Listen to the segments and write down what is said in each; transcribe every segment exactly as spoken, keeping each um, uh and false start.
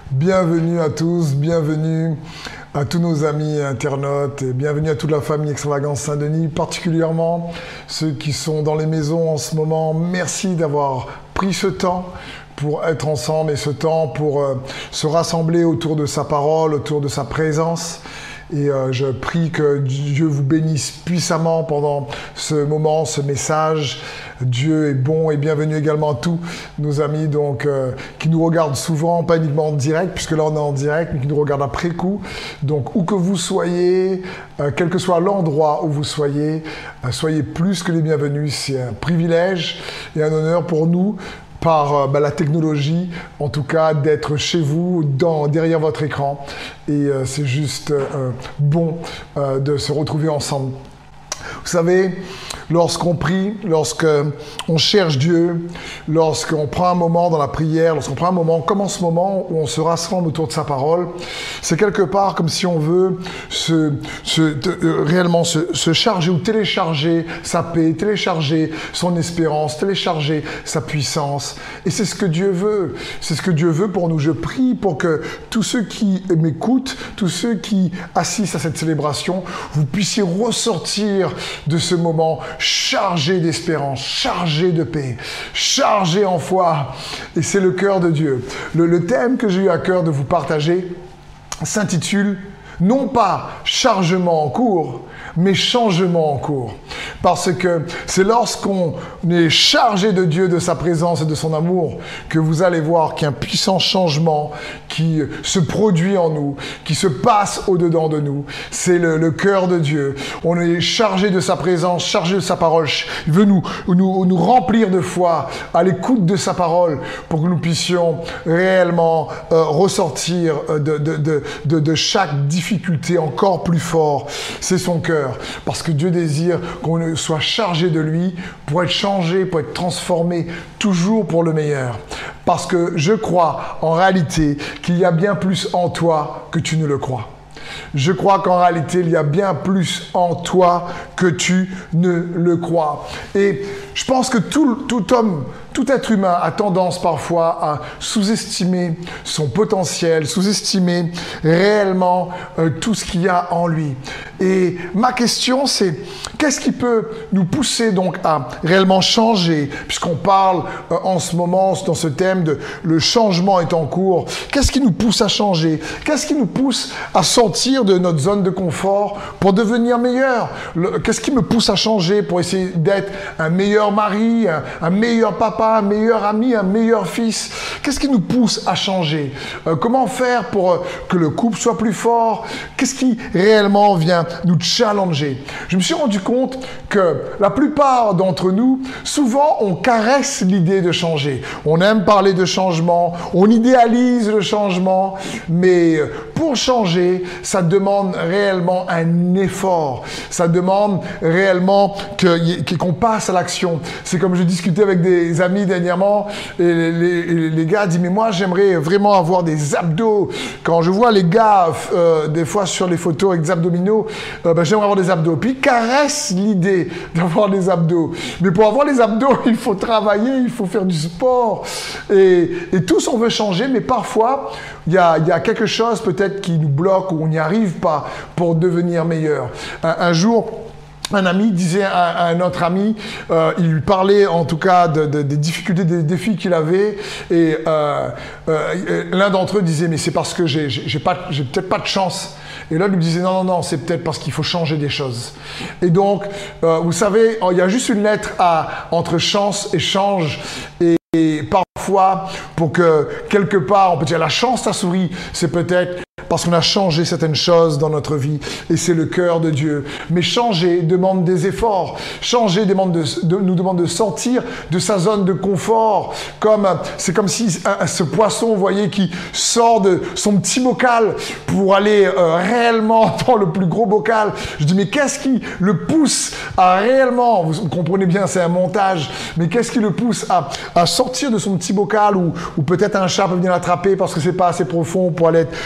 Bienvenue à tous, bienvenue à tous nos amis internautes et bienvenue à toute la famille Extravagance Saint-Denis, particulièrement ceux qui sont dans les maisons en ce moment. Merci d'avoir pris ce temps pour être ensemble et ce temps pour euh, se rassembler autour de sa parole, autour de sa présence. Et euh, je prie que Dieu vous bénisse puissamment pendant ce moment, ce message. Dieu est bon et bienvenue également à tous nos amis donc, euh, qui nous regardent souvent, pas uniquement en direct, puisque là on est en direct, mais qui nous regardent après coup. Donc où que vous soyez, euh, quel que soit l'endroit où vous soyez, euh, soyez plus que les bienvenus. C'est un privilège et un honneur pour nous, par euh, bah, la technologie, en tout cas, d'être chez vous, dans, derrière votre écran. Et euh, c'est juste euh, bon euh, de se retrouver ensemble. Vous savez, lorsqu'on prie, lorsqu'on cherche Dieu, lorsqu'on prend un moment dans la prière, lorsqu'on prend un moment comme en ce moment où on se rassemble autour de sa parole, c'est quelque part comme si on veut se, se, euh, réellement se, se charger ou télécharger sa paix, télécharger son espérance, télécharger sa puissance. Et c'est ce que Dieu veut. C'est ce que Dieu veut pour nous. Je prie pour que tous ceux qui m'écoutent, tous ceux qui assistent à cette célébration, vous puissiez ressortir de ce moment chargé d'espérance, chargé de paix, chargé en foi. Et c'est le cœur de Dieu. Le, le thème que j'ai eu à cœur de vous partager s'intitule non pas chargement en cours, mais changement en cours. Parce que c'est lorsqu'on est chargé de Dieu, de sa présence et de son amour, que vous allez voir qu'il y a un puissant changement qui se produit en nous, qui se passe au-dedans de nous. C'est le, le cœur de Dieu. On est chargé de sa présence, chargé de sa parole. Il veut nous, nous, nous remplir de foi à l'écoute de sa parole pour que nous puissions réellement euh, ressortir de, de, de, de, de chaque difficulté encore plus fort. C'est son cœur. Parce que Dieu désire qu'on soit chargé de lui pour être changé, pour être transformé, toujours pour le meilleur. Parce que je crois en réalité qu'il y a bien plus en toi que tu ne le crois. Je crois qu'en réalité, il y a bien plus en toi que tu ne le crois. Et je pense que tout, tout homme, tout être humain a tendance parfois à sous-estimer son potentiel, sous-estimer réellement euh, tout ce qu'il y a en lui. Et ma question, c'est qu'est-ce qui peut nous pousser donc à réellement changer, puisqu'on parle euh, en ce moment, dans ce thème de le changement est en cours. Qu'est-ce qui nous pousse à changer? Qu'est-ce qui nous pousse à sortir de notre zone de confort pour devenir meilleur? Le, qu'est-ce qui me pousse à changer pour essayer d'être un meilleur mari, un, un meilleur papa, un meilleur ami, un meilleur fils? Qu'est-ce qui nous pousse à changer? euh, Comment faire pour euh, que le couple soit plus fort? Qu'est-ce qui réellement vient nous challenger? Je me suis rendu compte que la plupart d'entre nous, souvent, on caresse l'idée de changer. On aime parler de changement, on idéalise le changement, mais pour changer, ça demande réellement un effort. Ça demande réellement que, qu'on passe à l'action. C'est comme je discutais avec des amis dernièrement, et les, les, les gars disent « mais moi, j'aimerais vraiment avoir des abdos. » Quand je vois les gars, euh, des fois sur les photos avec des abdominaux, euh, ben, j'aimerais avoir des abdos. Puis ils caressent l'idée d'avoir des abdos. Mais pour avoir les abdos, il faut travailler, il faut faire du sport. Et, et tous, on veut changer, mais parfois, il y a, y a quelque chose peut-être qui nous bloque ou on n'y arrive pas pour devenir meilleur. Un, un jour, un ami disait à, à un autre ami, euh, il lui parlait en tout cas de, de, des difficultés, des défis qu'il avait, et euh, euh, l'un d'entre eux disait « mais c'est parce que j'ai, j'ai, j'ai, pas, j'ai peut-être pas de chance ». Et l'autre lui disait « non, non, non, c'est peut-être parce qu'il faut changer des choses ». Et donc, euh, vous savez, il y a juste une lettre à, entre chance et change, et, et parfois, pour que quelque part, on peut dire la chance t'a souri, c'est peut-être parce qu'on a changé certaines choses dans notre vie et c'est le cœur de Dieu. Mais changer demande des efforts. Changer demande de, de, nous demande de sortir de sa zone de confort. Comme, c'est comme si un, ce poisson, vous voyez, qui sort de son petit bocal pour aller euh, réellement dans le plus gros bocal. Je dis, mais qu'est-ce qui le pousse à réellement, vous comprenez bien, c'est un montage, mais qu'est-ce qui le pousse à, à sortir de son petit bocal où, où peut-être un chat peut venir l'attraper parce que c'est pas assez profond pour aller pour se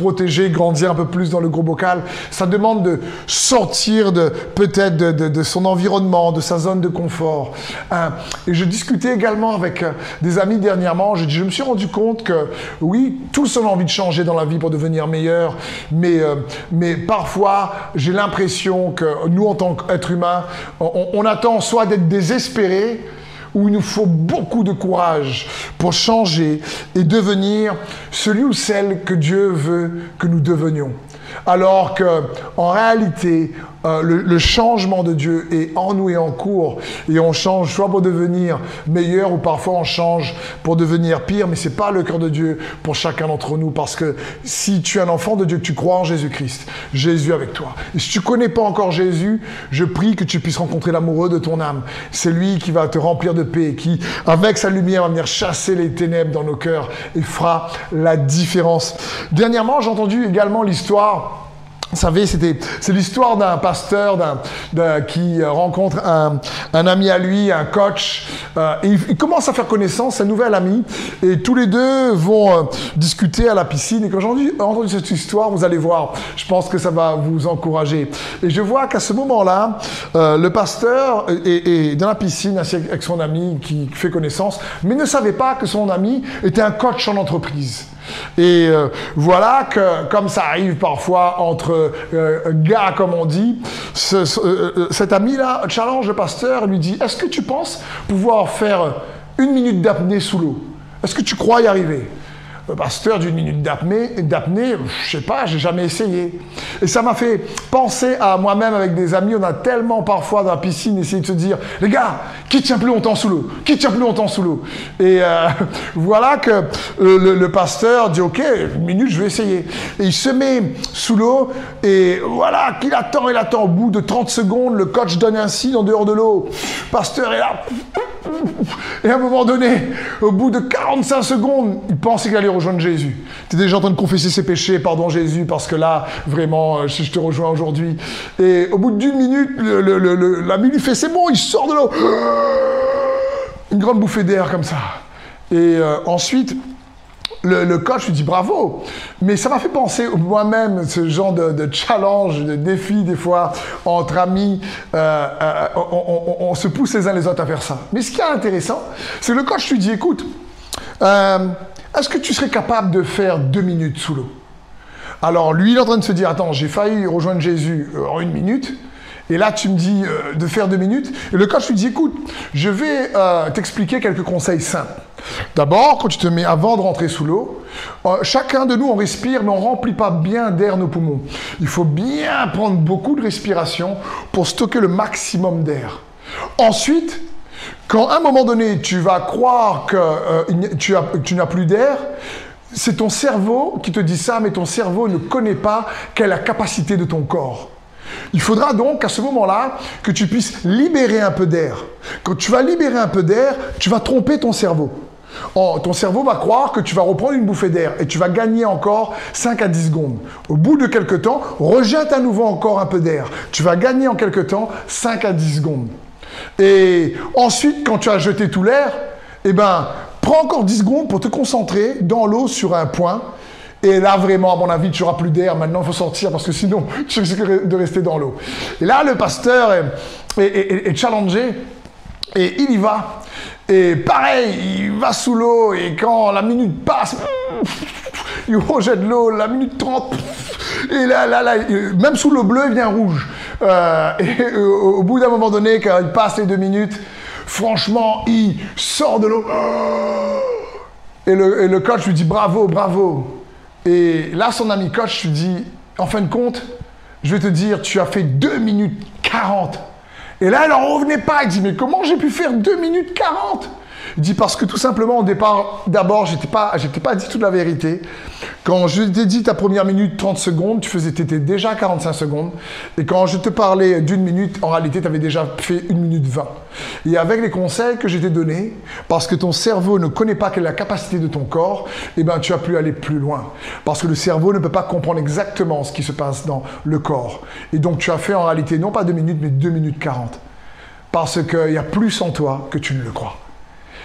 protéger, grandir un peu plus dans le gros bocal. Ça demande de sortir de peut-être de, de, de son environnement, de sa zone de confort. Hein. Et je discutais également avec des amis dernièrement. Je, je me suis rendu compte que oui, tous ont envie de changer dans la vie pour devenir meilleur, mais, euh, mais parfois j'ai l'impression que nous, en tant qu'êtres humains, on, on attend soit d'être désespérés, où il nous faut beaucoup de courage pour changer et devenir celui ou celle que Dieu veut que nous devenions. Alors que, en réalité, euh, le, le changement de Dieu est en nous et en cours, et on change soit pour devenir meilleur, ou parfois on change pour devenir pire, mais c'est pas le cœur de Dieu pour chacun d'entre nous, parce que si tu es un enfant de Dieu, que tu crois en Jésus-Christ, Jésus avec toi. Et si tu connais pas encore Jésus, je prie que tu puisses rencontrer l'amoureux de ton âme. C'est lui qui va te remplir de paix, qui, avec sa lumière, va venir chasser les ténèbres dans nos cœurs et fera la différence. Dernièrement, j'ai entendu également l'histoire. Vous savez, c'était, c'est l'histoire d'un pasteur d'un, d'un, qui rencontre un, un ami à lui, un coach, euh, et il, il commence à faire connaissance, un nouvel ami, et tous les deux vont euh, discuter à la piscine. Et quand j'ai entendu, entendu cette histoire, vous allez voir, je pense que ça va vous encourager. Et je vois qu'à ce moment-là, euh, le pasteur est, est dans la piscine assis avec son ami qui fait connaissance, mais ne savait pas que son ami était un coach en entreprise. Et euh, voilà que, comme ça arrive parfois entre euh, gars, comme on dit, ce, ce, euh, cet ami-là challenge le pasteur et lui dit « Est-ce que tu penses pouvoir faire une minute d'apnée sous l'eau? Est-ce que tu crois y arriver ?» Le pasteur d'une minute d'apnée, d'apnée, je sais pas, j'ai jamais essayé. Et ça m'a fait penser à moi-même avec des amis. On a tellement parfois dans la piscine essayé de se dire, les gars, qui tient plus longtemps sous l'eau? Qui tient plus longtemps sous l'eau? Et euh, voilà que euh, le, le pasteur dit, ok, une minute, je vais essayer. Et il se met sous l'eau et voilà qu'il attend, il attend. Au bout de trente secondes, le coach donne un signe en dehors de l'eau. Le pasteur est là. Et à un moment donné, au bout de quarante-cinq secondes, il pensait qu'il allait rejoindre Jésus. Tu es déjà en train de confesser ses péchés, pardon Jésus, parce que là, vraiment, je te rejoins aujourd'hui. Et au bout d'une minute, le, le, le, l'ami lui fait, c'est bon, il sort de l'eau. Une grande bouffée d'air comme ça. Et euh, ensuite, le, le coach lui dit bravo. Mais ça m'a fait penser moi-même, ce genre de, de challenge, de défi des fois, entre amis, euh, euh, on, on, on, on se pousse les uns les autres à faire ça. Mais ce qui est intéressant, c'est que le coach lui dit, écoute, euh, est-ce que tu serais capable de faire deux minutes sous l'eau? Alors lui, il est en train de se dire, attends, j'ai failli rejoindre Jésus en une minute. Et là, tu me dis euh, de faire deux minutes. Et le coach lui dit, écoute, je vais euh, t'expliquer quelques conseils simples. D'abord, quand tu te mets avant de rentrer sous l'eau, euh, chacun de nous, on respire, mais on ne remplit pas bien d'air nos poumons. Il faut bien prendre beaucoup de respiration pour stocker le maximum d'air. Ensuite, quand à un moment donné, tu vas croire que euh, tu, as, tu n'as plus d'air, c'est ton cerveau qui te dit ça, mais ton cerveau ne connaît pas quelle est la capacité de ton corps. Il faudra donc à ce moment-là que tu puisses libérer un peu d'air. Quand tu vas libérer un peu d'air, tu vas tromper ton cerveau. Oh, ton cerveau va croire que tu vas reprendre une bouffée d'air et tu vas gagner encore cinq à dix secondes. Au bout de quelques temps, rejette à nouveau encore un peu d'air. Tu vas gagner en quelques temps cinq à dix secondes. Et ensuite, quand tu as jeté tout l'air, eh ben, prends encore dix secondes pour te concentrer dans l'eau sur un point. Et là, vraiment, à mon avis, tu n'auras plus d'air. Maintenant, il faut sortir parce que sinon, tu risques de rester dans l'eau. Et là, le pasteur est, est, est, est challengé et il y va. Et pareil, il va sous l'eau et quand la minute passe, il rejette l'eau, la minute trente, et là, là, là, même sous l'eau bleue, il devient rouge. Euh, et au, au bout d'un moment donné, quand il passe les deux minutes, franchement, il sort de l'eau. Et le, et le coach lui dit bravo, bravo. Et là, son ami coach lui dit, en fin de compte, je vais te dire, tu as fait deux minutes quarante. Et là, elle n'en revenait pas. Elle dit, mais comment j'ai pu faire deux minutes quarante? Il dit, parce que tout simplement, au départ, d'abord, je n'étais pas, j'étais pas dit toute la vérité. Quand je t'ai dit ta première minute, trente secondes, tu faisais, étais déjà à quarante-cinq secondes. Et quand je te parlais d'une minute, en réalité, tu avais déjà fait une minute vingt. Et avec les conseils que je t'ai donnés, parce que ton cerveau ne connaît pas quelle est la capacité de ton corps, eh ben, tu as pu aller plus loin. Parce que le cerveau ne peut pas comprendre exactement ce qui se passe dans le corps. Et donc, tu as fait en réalité, non pas deux minutes, mais deux minutes quarante. Parce qu'il y a plus en toi que tu ne le crois.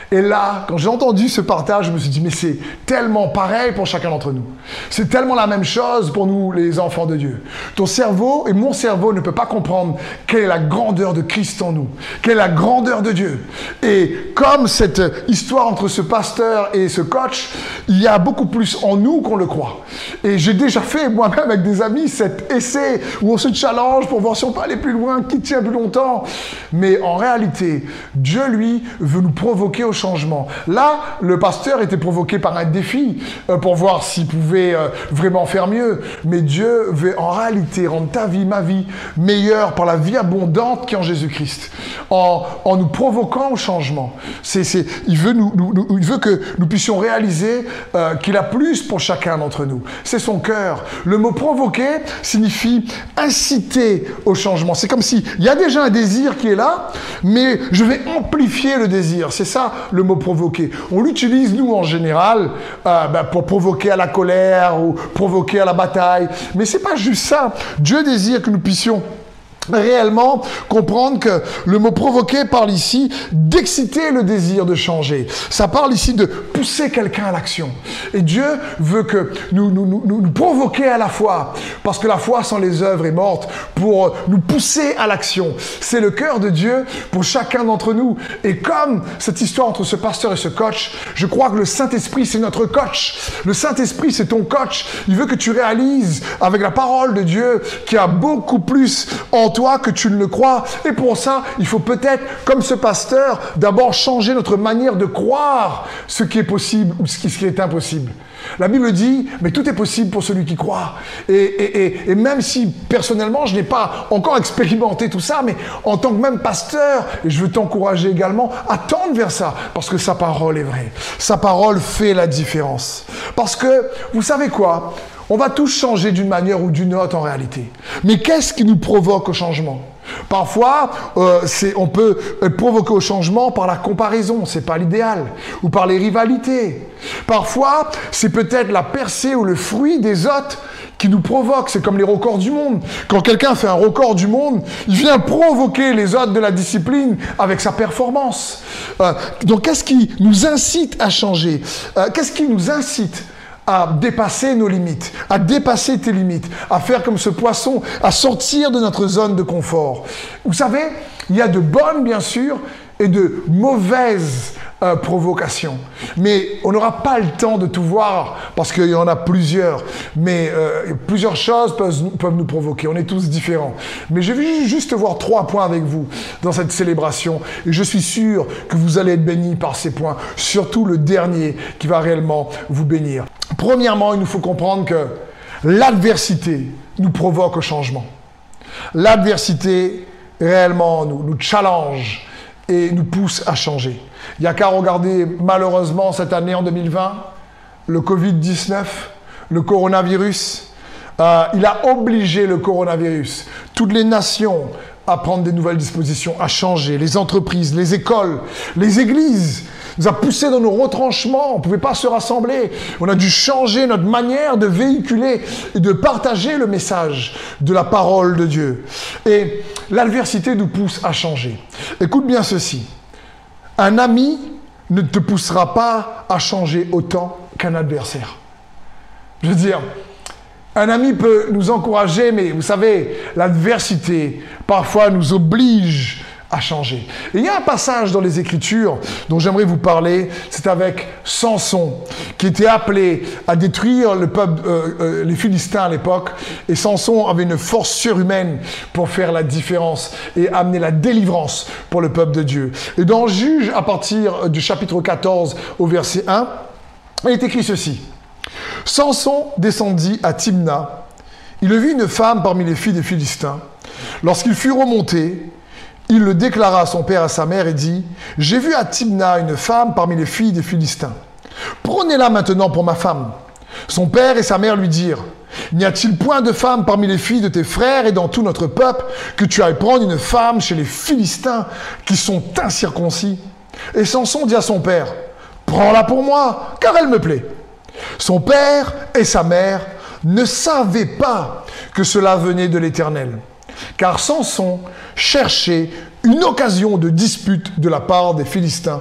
Et là, quand j'ai entendu ce partage, je me suis dit, mais c'est tellement pareil pour chacun d'entre nous. C'est tellement la même chose pour nous, les enfants de Dieu. Ton cerveau et mon cerveau ne peut pas comprendre quelle est la grandeur de Christ en nous, quelle est la grandeur de Dieu. Et comme cette histoire entre ce pasteur et ce coach, il y a beaucoup plus en nous qu'on le croit. Et j'ai déjà fait moi-même avec des amis cet essai où on se challenge pour voir si on peut aller plus loin, qui tient plus longtemps. Mais en réalité, Dieu, lui, veut nous provoquer au changement. Là, le pasteur était provoqué par un défi euh, pour voir s'il pouvait euh, vraiment faire mieux. Mais Dieu veut en réalité rendre ta vie, ma vie, meilleure par la vie abondante qui est en Jésus-Christ. En, en nous provoquant au changement. C'est, c'est, il, veut nous, nous, nous, il veut que nous puissions réaliser euh, qu'il a plus pour chacun d'entre nous. C'est son cœur. Le mot provoquer signifie inciter au changement. C'est comme s'il y a déjà un désir qui est là, mais je vais amplifier le désir. C'est ça le mot provoquer. On l'utilise, nous, en général, euh, ben, pour provoquer à la colère ou provoquer à la bataille. Mais c'est pas juste ça. Dieu désire que nous puissions réellement comprendre que le mot provoquer parle ici d'exciter le désir de changer. Ça parle ici de pousser quelqu'un à l'action. Et Dieu veut que nous nous, nous, nous provoquer à la foi, parce que la foi sans les œuvres est morte, pour nous pousser à l'action. C'est le cœur de Dieu pour chacun d'entre nous. Et comme cette histoire entre ce pasteur et ce coach, je crois que le Saint-Esprit, c'est notre coach. Le Saint-Esprit, c'est ton coach. Il veut que tu réalises avec la parole de Dieu qu'il y a beaucoup plus en toi que tu ne le crois. Et pour ça, il faut peut-être, comme ce pasteur, d'abord changer notre manière de croire ce qui est possible ou ce qui, ce qui est impossible. La Bible dit, mais tout est possible pour celui qui croit. Et, et, et, et même si, personnellement, je n'ai pas encore expérimenté tout ça, mais en tant que même pasteur, et je veux t'encourager également à tendre vers ça, parce que sa parole est vraie. Sa parole fait la différence. Parce que, vous savez quoi ? On va tous changer d'une manière ou d'une autre en réalité. Mais qu'est-ce qui nous provoque au changement ? Parfois, euh, c'est, on peut être provoqué au changement par la comparaison, c'est pas l'idéal, ou par les rivalités. Parfois, c'est peut-être la percée ou le fruit des autres qui nous provoque. C'est comme les records du monde. Quand quelqu'un fait un record du monde, il vient provoquer les autres de la discipline avec sa performance. Euh, donc, qu'est-ce qui nous incite à changer ? euh, Qu'est-ce qui nous incite à dépasser nos limites, à dépasser tes limites, à faire comme ce poisson, à sortir de notre zone de confort. Vous savez, il y a de bonnes, bien sûr, et de mauvaises euh, provocations. Mais on n'aura pas le temps de tout voir, parce qu'il y en a plusieurs. Mais euh, plusieurs choses peuvent, peuvent nous provoquer. On est tous différents. Mais je vais juste voir trois points avec vous dans cette célébration. Et je suis sûr que vous allez être bénis par ces points. Surtout le dernier qui va réellement vous bénir. Premièrement, il nous faut comprendre que l'adversité nous provoque au changement. L'adversité, réellement, nous, nous challenge et nous pousse à changer. Il n'y a qu'à regarder, malheureusement, cette année en deux mille vingt, le covid dix-neuf, le coronavirus. Euh, il a obligé le coronavirus, toutes les nations, à prendre des nouvelles dispositions, à changer. Les entreprises, les écoles, les églises, nous a poussé dans nos retranchements. On ne pouvait pas se rassembler. On a dû changer notre manière de véhiculer et de partager le message de la parole de Dieu. Et l'adversité nous pousse à changer. Écoute bien ceci. Un ami ne te poussera pas à changer autant qu'un adversaire. Je veux dire, un ami peut nous encourager, mais vous savez, l'adversité, parfois, nous oblige à changer. Et il y a un passage dans les Écritures dont j'aimerais vous parler, c'est avec Samson, qui était appelé à détruire le peuple, euh, euh, les Philistins à l'époque, et Samson avait une force surhumaine pour faire la différence et amener la délivrance pour le peuple de Dieu. Et dans Juge, à partir du chapitre quatorze au verset un, il est écrit ceci. Samson descendit à Timna. Il vit une femme parmi les filles des Philistins. Lorsqu'il fut remonté, il le déclara à son père et à sa mère et dit « J'ai vu à Timna une femme parmi les filles des Philistins. Prenez-la maintenant pour ma femme. » Son père et sa mère lui dirent « N'y a-t-il point de femme parmi les filles de tes frères et dans tout notre peuple que tu ailles prendre une femme chez les Philistins qui sont incirconcis ?» Et Samson dit à son père « Prends-la pour moi, car elle me plaît. » Son père et sa mère ne savaient pas que cela venait de l'Éternel, car Samson cherchait une occasion de dispute de la part des Philistins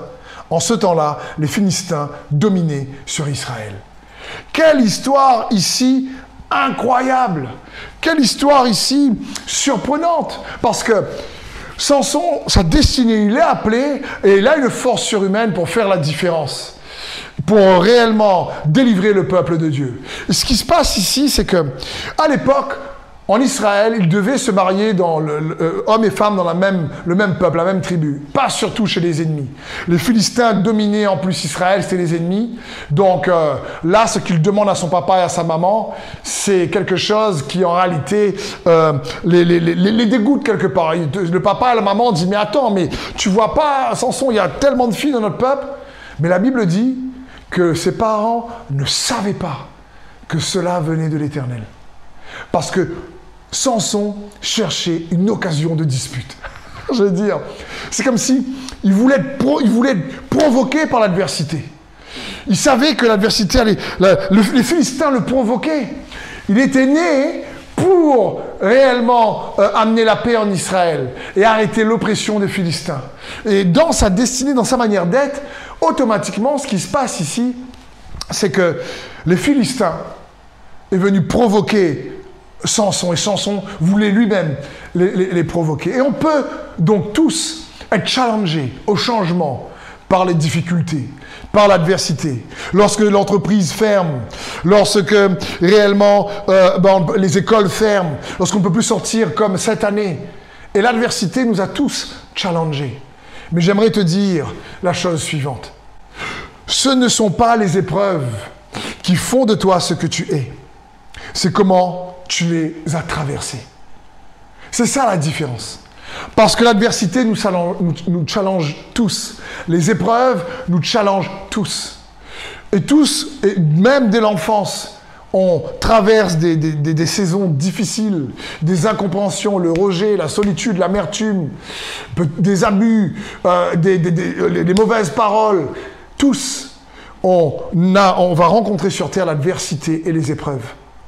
En ce temps-là, les Philistins dominaient sur Israël. Quelle histoire ici incroyable! Quelle histoire ici surprenante! Parce que Samson, sa destinée, il est appelé et il a une force surhumaine pour faire la différence, pour réellement délivrer le peuple de Dieu. Et ce qui se passe ici, c'est que à l'époque, en Israël, ils devaient se marier, dans le, le, euh, hommes et femmes, dans la même, le même peuple, la même tribu. Pas surtout chez les ennemis. Les Philistins dominaient en plus Israël, c'était les ennemis. Donc euh, là, ce qu'il demande à son papa et à sa maman, c'est quelque chose qui, en réalité, euh, les, les, les, les dégoûte quelque part. Le papa et la maman disent, mais attends, mais tu vois pas, Samson, il y a tellement de filles dans notre peuple. Mais la Bible dit que ses parents ne savaient pas que cela venait de l'Éternel. Parce que Samson cherchait une occasion de dispute. Je veux dire, c'est comme si il voulait être, pro, il voulait être provoqué par l'adversité. Il savait que l'adversité allait... La, le, les Philistins le provoquaient. Il était né pour réellement euh, amener la paix en Israël et arrêter l'oppression des Philistins. Et dans sa destinée, dans sa manière d'être, automatiquement, ce qui se passe ici, c'est que les Philistins est venu provoquer Samson, et Samson voulait lui-même les, les, les provoquer. Et on peut donc tous être challengés au changement par les difficultés, par l'adversité. Lorsque l'entreprise ferme, lorsque réellement euh, ben, les écoles ferment, lorsqu'on ne peut plus sortir comme cette année. Et l'adversité nous a tous challengés. Mais j'aimerais te dire la chose suivante. Ce ne sont pas les épreuves qui font de toi ce que tu es. C'est comment tu les as traversées. C'est ça la différence. Parce que l'adversité nous challenge, nous, nous challenge tous. Les épreuves nous challengent tous. Et tous, et même dès l'enfance, on traverse des, des, des, des saisons difficiles, des incompréhensions, le rejet, la solitude, l'amertume, des abus, euh, des, des, des, des mauvaises paroles. Tous, on, a, on va rencontrer sur terre l'adversité et les épreuves.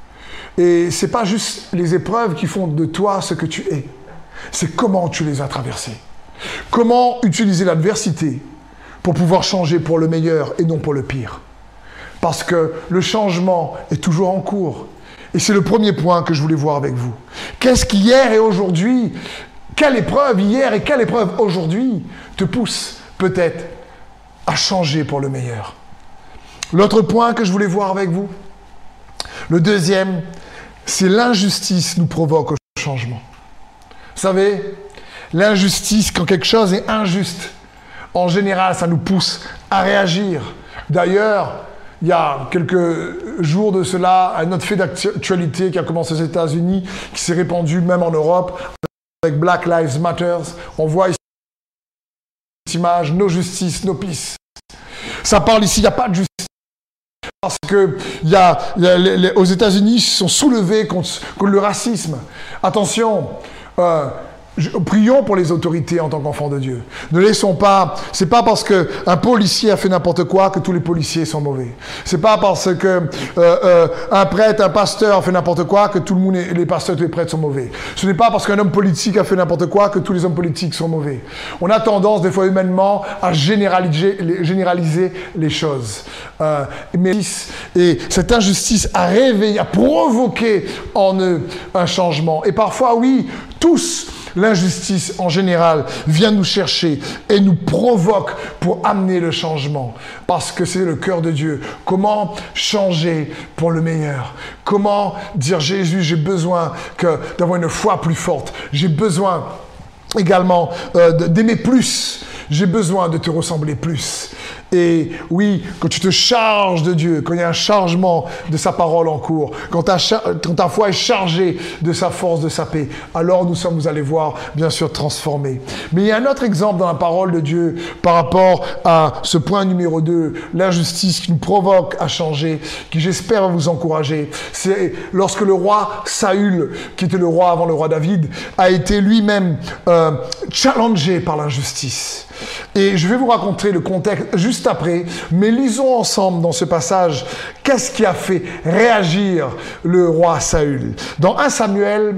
Et ce n'est pas juste les épreuves qui font de toi ce que tu es. C'est comment tu les as traversées. Comment utiliser l'adversité pour pouvoir changer pour le meilleur et non pour le pire. Parce que le changement est toujours en cours. Et c'est le premier point que je voulais voir avec vous. Qu'est-ce qu'hier et aujourd'hui, quelle épreuve hier et quelle épreuve aujourd'hui te pousse peut-être à changer pour le meilleur. L'autre point que je voulais voir avec vous, le deuxième, c'est l'injustice nous provoque au changement. Vous savez, l'injustice, quand quelque chose est injuste, en général, ça nous pousse à réagir. D'ailleurs, il y a quelques jours de cela, un autre fait d'actualité qui a commencé aux États-Unis, qui s'est répandu même en Europe, avec Black Lives Matter. On voit ici cette image, nos justices, nos peace. Ça parle ici, il n'y a pas de justice. Parce que il y a, il y a les, les, aux États-Unis, ils se sont soulevés contre, contre le racisme. Attention, euh, je, prions pour les autorités en tant qu'enfants de Dieu. Ne laissons pas, c'est pas parce qu'un policier a fait n'importe quoi que tous les policiers sont mauvais. C'est pas parce que euh, euh, un prêtre, un pasteur a fait n'importe quoi que tout le monde, est, les pasteurs, tous les prêtres sont mauvais. Ce n'est pas parce qu'un homme politique a fait n'importe quoi que tous les hommes politiques sont mauvais. On a tendance, des fois humainement, à généraliser, généraliser les choses. Euh, mais et cette injustice a réveillé, a provoqué en eux un changement. Et parfois, oui, tous, l'injustice en général vient nous chercher et nous provoque pour amener le changement. Parce que c'est le cœur de Dieu. Comment changer pour le meilleur? Comment dire, Jésus, j'ai besoin que, d'avoir une foi plus forte. J'ai besoin également euh, d'aimer plus. J'ai besoin de te ressembler plus. Et oui, quand tu te charges de Dieu, quand il y a un chargement de sa parole en cours, quand ta, quand ta foi est chargée de sa force, de sa paix, alors nous sommes, vous allez voir, bien sûr, transformés. Mais il y a un autre exemple dans la parole de Dieu par rapport à ce point numéro deux, l'injustice qui nous provoque à changer, qui j'espère va vous encourager. C'est lorsque le roi Saül, qui était le roi avant le roi David, a été lui-même euh, challengé par l'injustice. Et je vais vous raconter le contexte juste après, mais lisons ensemble dans ce passage qu'est-ce qui a fait réagir le roi Saül. Dans un Samuel,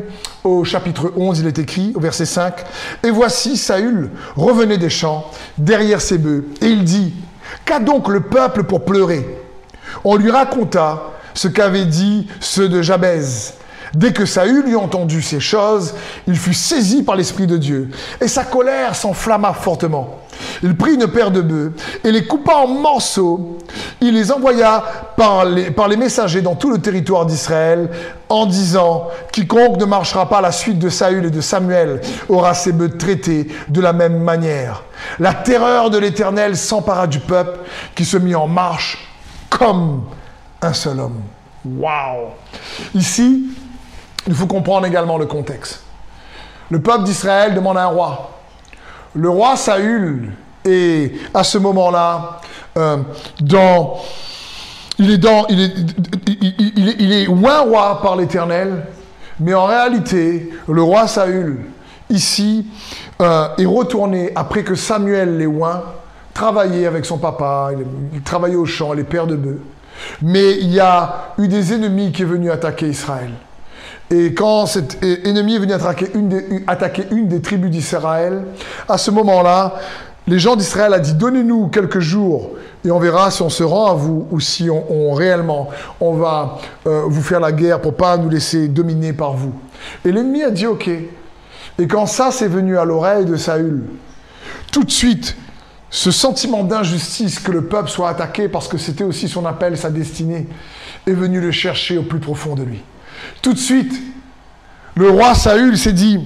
au chapitre onze, il est écrit, au verset cinq, « Et voici Saül revenait des champs, derrière ses bœufs, et il dit, « Qu'a donc le peuple pour pleurer ?» On lui raconta ce qu'avaient dit ceux de Jabez. Dès que Saül eut entendu ces choses, il fut saisi par l'Esprit de Dieu, et sa colère s'enflamma fortement. Il prit une paire de bœufs et les coupa en morceaux. Il les envoya par les, par les messagers dans tout le territoire d'Israël en disant « Quiconque ne marchera pas à la suite de Saül et de Samuel aura ses bœufs traités de la même manière. » La terreur de l'Éternel s'empara du peuple qui se mit en marche comme un seul homme. Waouh! Ici, il faut comprendre également le contexte. Le peuple d'Israël demande un roi. Le roi Saül est à ce moment-là euh, dans, il est dans, il est, il, il, il est, il est oint roi par l'Éternel, mais en réalité, le roi Saül ici euh, est retourné après que Samuel l'ait oint, travailler avec son papa, il, il travaillait au champ, les paires de bœufs. Mais il y a eu des ennemis qui sont venus attaquer Israël. Et quand cet ennemi est venu attaquer une des, attaquer une des tribus d'Israël, à ce moment-là, les gens d'Israël ont dit « Donnez-nous quelques jours et on verra si on se rend à vous ou si on, on réellement on va euh, vous faire la guerre pour ne pas nous laisser dominer par vous. » Et l'ennemi a dit « Ok ». Et quand ça s'est venu à l'oreille de Saül, tout de suite, ce sentiment d'injustice que le peuple soit attaqué parce que c'était aussi son appel, sa destinée, est venu le chercher au plus profond de lui. Tout de suite, le roi Saül s'est dit,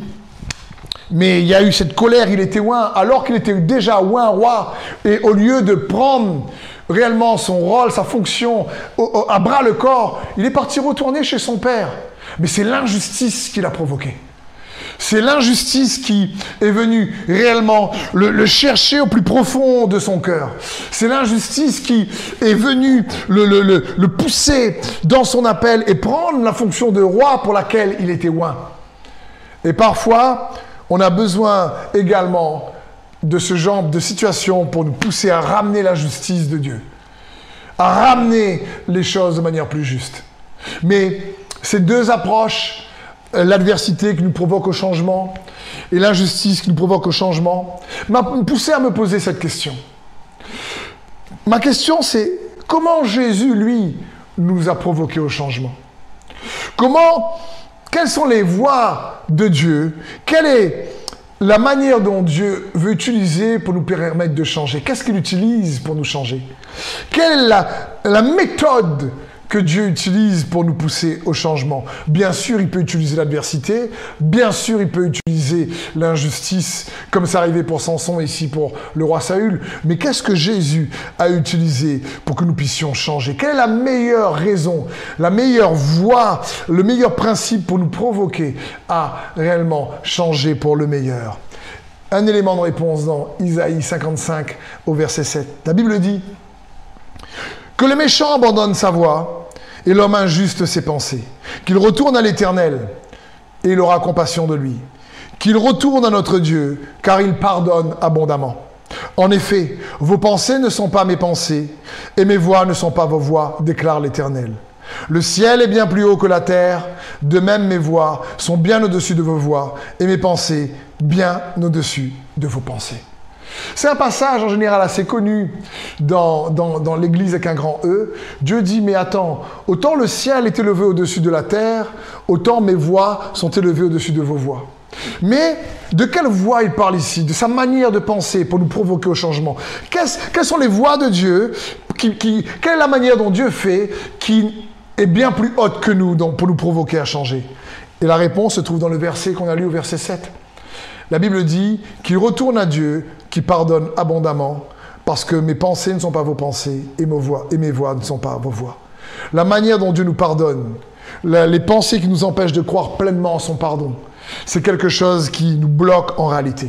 mais il y a eu cette colère, il était oint, alors qu'il était déjà oint roi, et au lieu de prendre réellement son rôle, sa fonction au, au, à bras le corps, il est parti retourner chez son père. Mais c'est l'injustice qui l'a provoqué. C'est l'injustice qui est venue réellement le, le chercher au plus profond de son cœur. C'est l'injustice qui est venue le, le, le, le pousser dans son appel et prendre la fonction de roi pour laquelle il était oint. Et parfois, on a besoin également de ce genre de situation pour nous pousser à ramener la justice de Dieu, à ramener les choses de manière plus juste. Mais ces deux approches, l'adversité qui nous provoque au changement et l'injustice qui nous provoque au changement, m'a poussé à me poser cette question. Ma question, c'est comment Jésus, lui, nous a provoqués au changement? Comment, quelles sont les voies de Dieu? Quelle est la manière dont Dieu veut utiliser pour nous permettre de changer? Qu'est-ce qu'il utilise pour nous changer? Quelle est la, la méthode que Dieu utilise pour nous pousser au changement? Bien sûr, il peut utiliser l'adversité, bien sûr, il peut utiliser l'injustice, comme c'est arrivé pour Samson ici pour le roi Saül, mais qu'est-ce que Jésus a utilisé pour que nous puissions changer? Quelle est la meilleure raison, la meilleure voie, le meilleur principe pour nous provoquer à réellement changer pour le meilleur? Un élément de réponse dans Isaïe cinquante-cinq au verset sept. La Bible dit que le méchant abandonne sa voie et l'homme injuste ses pensées, qu'il retourne à l'Éternel et il aura compassion de lui, qu'il retourne à notre Dieu car il pardonne abondamment. En effet, vos pensées ne sont pas mes pensées et mes voies ne sont pas vos voies, déclare l'Éternel. Le ciel est bien plus haut que la terre, de même mes voies sont bien au-dessus de vos voies et mes pensées bien au-dessus de vos pensées. C'est un passage en général assez connu dans, dans, dans l'Église avec un grand E. Dieu dit, mais attends, autant le ciel est élevé au-dessus de la terre, autant mes voies sont élevées au-dessus de vos voies. Mais de quelle voie il parle ici? De sa manière de penser pour nous provoquer au changement. Qu'est-ce, quelles sont les voies de Dieu qui, qui, quelle est la manière dont Dieu fait qui est bien plus haute que nous donc, pour nous provoquer à changer? Et la réponse se trouve dans le verset qu'on a lu au verset sept. La Bible dit qu'il retourne à Dieu, qui pardonne abondamment, parce que mes pensées ne sont pas vos pensées et mes voix, et mes voix ne sont pas vos voix. La manière dont Dieu nous pardonne, la, les pensées qui nous empêchent de croire pleinement en son pardon, c'est quelque chose qui nous bloque en réalité.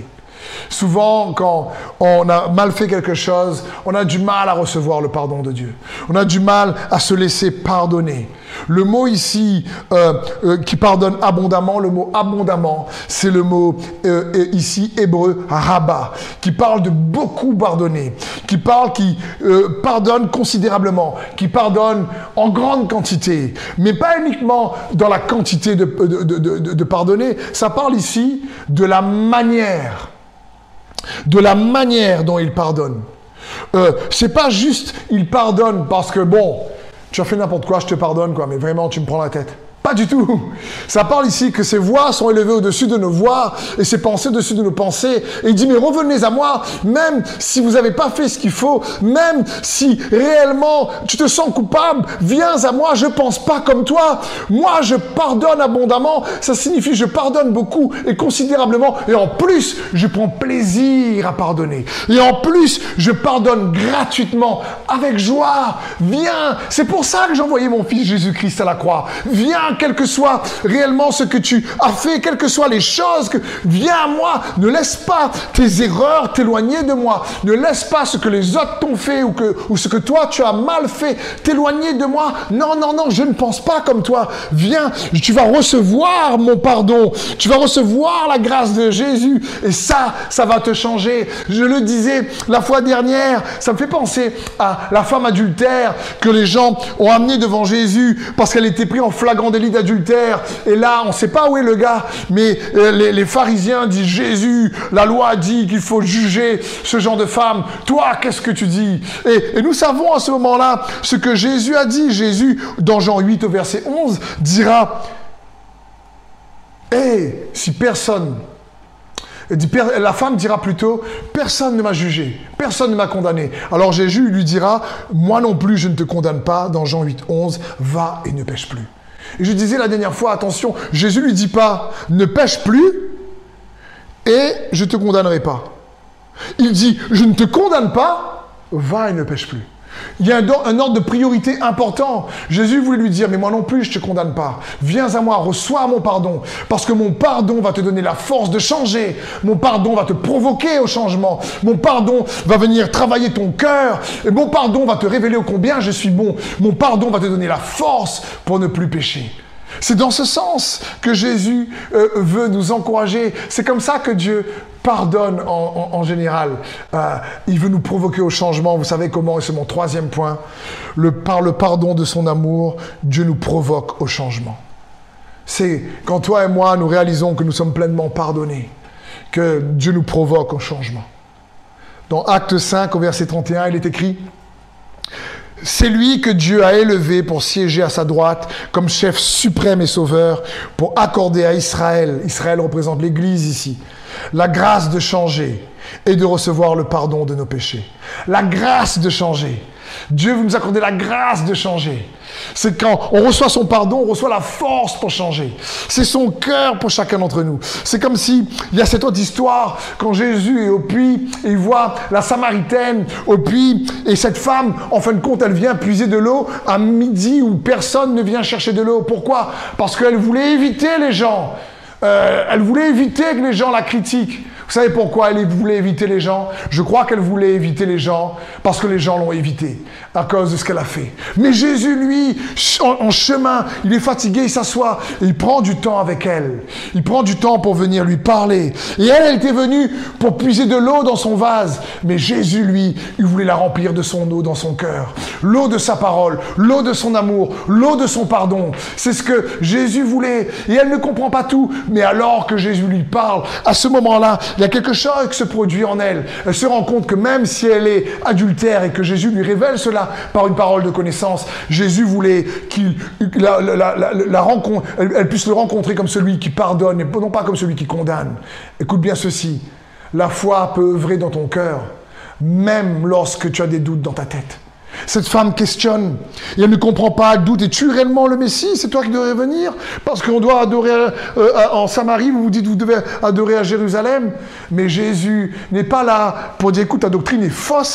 Souvent, quand on a mal fait quelque chose, on a du mal à recevoir le pardon de Dieu. On a du mal à se laisser pardonner. Le mot ici, euh, euh, qui pardonne abondamment, le mot abondamment, c'est le mot euh, ici hébreu, rabba, qui parle de beaucoup pardonner, qui parle, qui euh, pardonne considérablement, qui pardonne en grande quantité, mais pas uniquement dans la quantité de, de, de, de, de pardonner. Ça parle ici de la manière, de la manière dont il pardonne. Euh, c'est pas juste il pardonne parce que bon, tu as fait n'importe quoi, je te pardonne, quoi, mais vraiment, tu me prends la tête. Pas du tout. Ça parle ici que ses voix sont élevées au-dessus de nos voix et ses pensées au-dessus de nos pensées. Et il dit, mais revenez à moi, même si vous n'avez pas fait ce qu'il faut, même si réellement tu te sens coupable, viens à moi, je ne pense pas comme toi. Moi, je pardonne abondamment. Ça signifie je pardonne beaucoup et considérablement. Et en plus, je prends plaisir à pardonner. Et en plus, je pardonne gratuitement, avec joie. Viens. C'est pour ça que j'ai envoyé mon fils Jésus-Christ à la croix. Viens. Quel que soit réellement ce que tu as fait, quelles que soient les choses, que viens à moi, ne laisse pas tes erreurs t'éloigner de moi, ne laisse pas ce que les autres t'ont fait ou, que, ou ce que toi tu as mal fait t'éloigner de moi. Non, non, non, je ne pense pas comme toi. Viens, tu vas recevoir mon pardon, tu vas recevoir la grâce de Jésus et ça, ça va te changer. Je le disais la fois dernière, ça me fait penser à la femme adultère que les gens ont amenée devant Jésus parce qu'elle était prise en flagrant délit d'adultère, et là, on ne sait pas où est le gars, mais euh, les, les pharisiens disent, Jésus, la loi dit qu'il faut juger ce genre de femme. Toi, qu'est-ce que tu dis? et, et nous savons à ce moment-là ce que Jésus a dit. Jésus, dans Jean huit, au verset onze, dira, « Hé, si personne... » La femme dira plutôt, personne ne m'a jugé, personne ne m'a condamné. Alors Jésus lui dira, moi non plus je ne te condamne pas, dans Jean huit, onze, va et ne pêche plus. Et je disais la dernière fois, attention, Jésus ne lui dit pas, ne pêche plus et je ne te condamnerai pas. Il dit, je ne te condamne pas, va et ne pêche plus. Il y a un, un ordre de priorité important. Jésus voulait lui dire, mais moi non plus, je ne te condamne pas. Viens à moi, reçois mon pardon. Parce que mon pardon va te donner la force de changer. Mon pardon va te provoquer au changement. Mon pardon va venir travailler ton cœur. Et mon pardon va te révéler ô combien je suis bon. Mon pardon va te donner la force pour ne plus pécher. C'est dans ce sens que Jésus euh, veut nous encourager. C'est comme ça que Dieu pardonne en, en, en général. Euh, il veut nous provoquer au changement. Vous savez comment, et c'est mon troisième point, le, par le pardon de son amour, Dieu nous provoque au changement. C'est quand toi et moi, nous réalisons que nous sommes pleinement pardonnés, que Dieu nous provoque au changement. Dans Acte cinq, au verset trente et un, il est écrit... C'est lui que Dieu a élevé pour siéger à sa droite comme chef suprême et sauveur, pour accorder à Israël, Israël représente l'Église ici, la grâce de changer et de recevoir le pardon de nos péchés. La grâce de changer. Dieu veut nous accorder la grâce de changer. C'est quand on reçoit son pardon, on reçoit la force pour changer. C'est son cœur pour chacun d'entre nous. C'est comme si, il y a cette autre histoire, quand Jésus est au puits, et il voit la Samaritaine au puits, et cette femme, en fin de compte, elle vient puiser de l'eau à midi où personne ne vient chercher de l'eau. Pourquoi? Parce qu'elle voulait éviter les gens. Euh, elle voulait éviter que les gens la critiquent. Vous savez pourquoi elle voulait éviter les gens? Je crois qu'elle voulait éviter les gens parce que les gens l'ont évité à cause de ce qu'elle a fait. Mais Jésus, lui, en, en chemin, il est fatigué, il s'assoit et il prend du temps avec elle. Il prend du temps pour venir lui parler. Et elle, elle était venue pour puiser de l'eau dans son vase. Mais Jésus, lui, il voulait la remplir de son eau dans son cœur. L'eau de sa parole, l'eau de son amour, l'eau de son pardon. C'est ce que Jésus voulait. Et elle ne comprend pas tout. Mais alors que Jésus lui parle, à ce moment-là, il y a quelque chose qui se produit en elle. Elle se rend compte que même si elle est adultère et que Jésus lui révèle cela par une parole de connaissance, Jésus voulait qu'il la, la, la, la, la rencontre, elle, elle puisse le rencontrer comme celui qui pardonne et non pas comme celui qui condamne. Écoute bien ceci, la foi peut œuvrer dans ton cœur, même lorsque tu as des doutes dans ta tête. Cette femme questionne, et elle ne comprend pas, elle doute, es-tu réellement le Messie? C'est toi qui devrais venir? Parce qu'on doit adorer euh, en Samarie, vous vous dites, vous devez adorer à Jérusalem. Mais Jésus n'est pas là pour dire, écoute, ta doctrine est fausse, hein?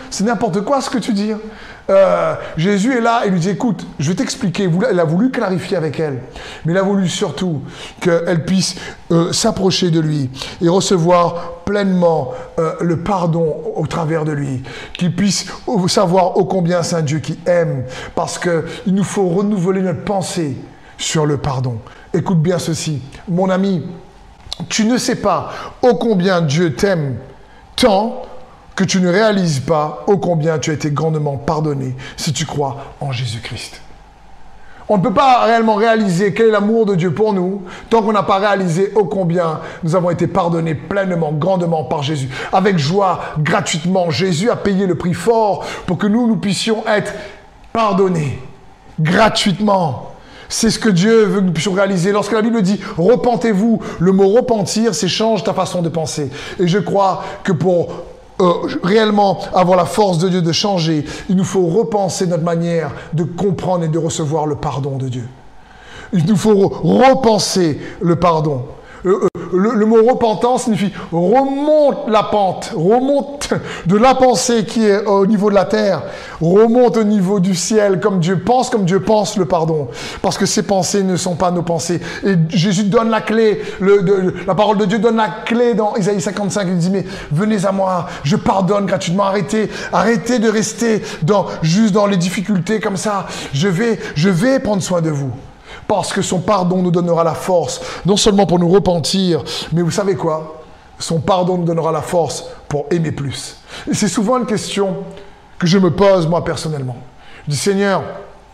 c'est n'importe quoi ce que tu dis. Euh, Jésus est là et lui dit, écoute, je vais t'expliquer. Il a voulu clarifier avec elle, mais il a voulu surtout qu'elle puisse euh, s'approcher de lui et recevoir pleinement euh, le pardon au travers de lui, qu'il puisse savoir ô combien c'est un Dieu qui aime, parce qu'il nous faut renouveler notre pensée sur le pardon. Écoute bien ceci, mon ami, tu ne sais pas ô combien Dieu t'aime tant que tu ne réalises pas ô combien tu as été grandement pardonné si tu crois en Jésus-Christ. On ne peut pas réellement réaliser quel est l'amour de Dieu pour nous tant qu'on n'a pas réalisé ô combien nous avons été pardonnés pleinement, grandement par Jésus. Avec joie, gratuitement, Jésus a payé le prix fort pour que nous, nous puissions être pardonnés gratuitement. C'est ce que Dieu veut que nous puissions réaliser. Lorsque la Bible dit « repentez-vous », le mot « repentir », c'est « change ta façon de penser ». Et je crois que pour euh, réellement avoir la force de Dieu de changer, il nous faut repenser notre manière de comprendre et de recevoir le pardon de Dieu. Il nous faut repenser le pardon. Le, le, le mot repentance signifie remonte la pente, remonte de la pensée qui est au niveau de la terre, remonte au niveau du ciel, comme Dieu pense, comme Dieu pense le pardon. Parce que ses pensées ne sont pas nos pensées. Et Jésus donne la clé, le, de, la parole de Dieu donne la clé dans Isaïe cinquante-cinq. Il dit, mais venez à moi, je pardonne gratuitement, arrêtez, arrêtez de rester dans, juste dans les difficultés comme ça. Je vais, je vais prendre soin de vous. Parce que son pardon nous donnera la force, non seulement pour nous repentir, mais vous savez quoi? Son pardon nous donnera la force pour aimer plus. Et c'est souvent une question que je me pose moi personnellement. Je dis, Seigneur,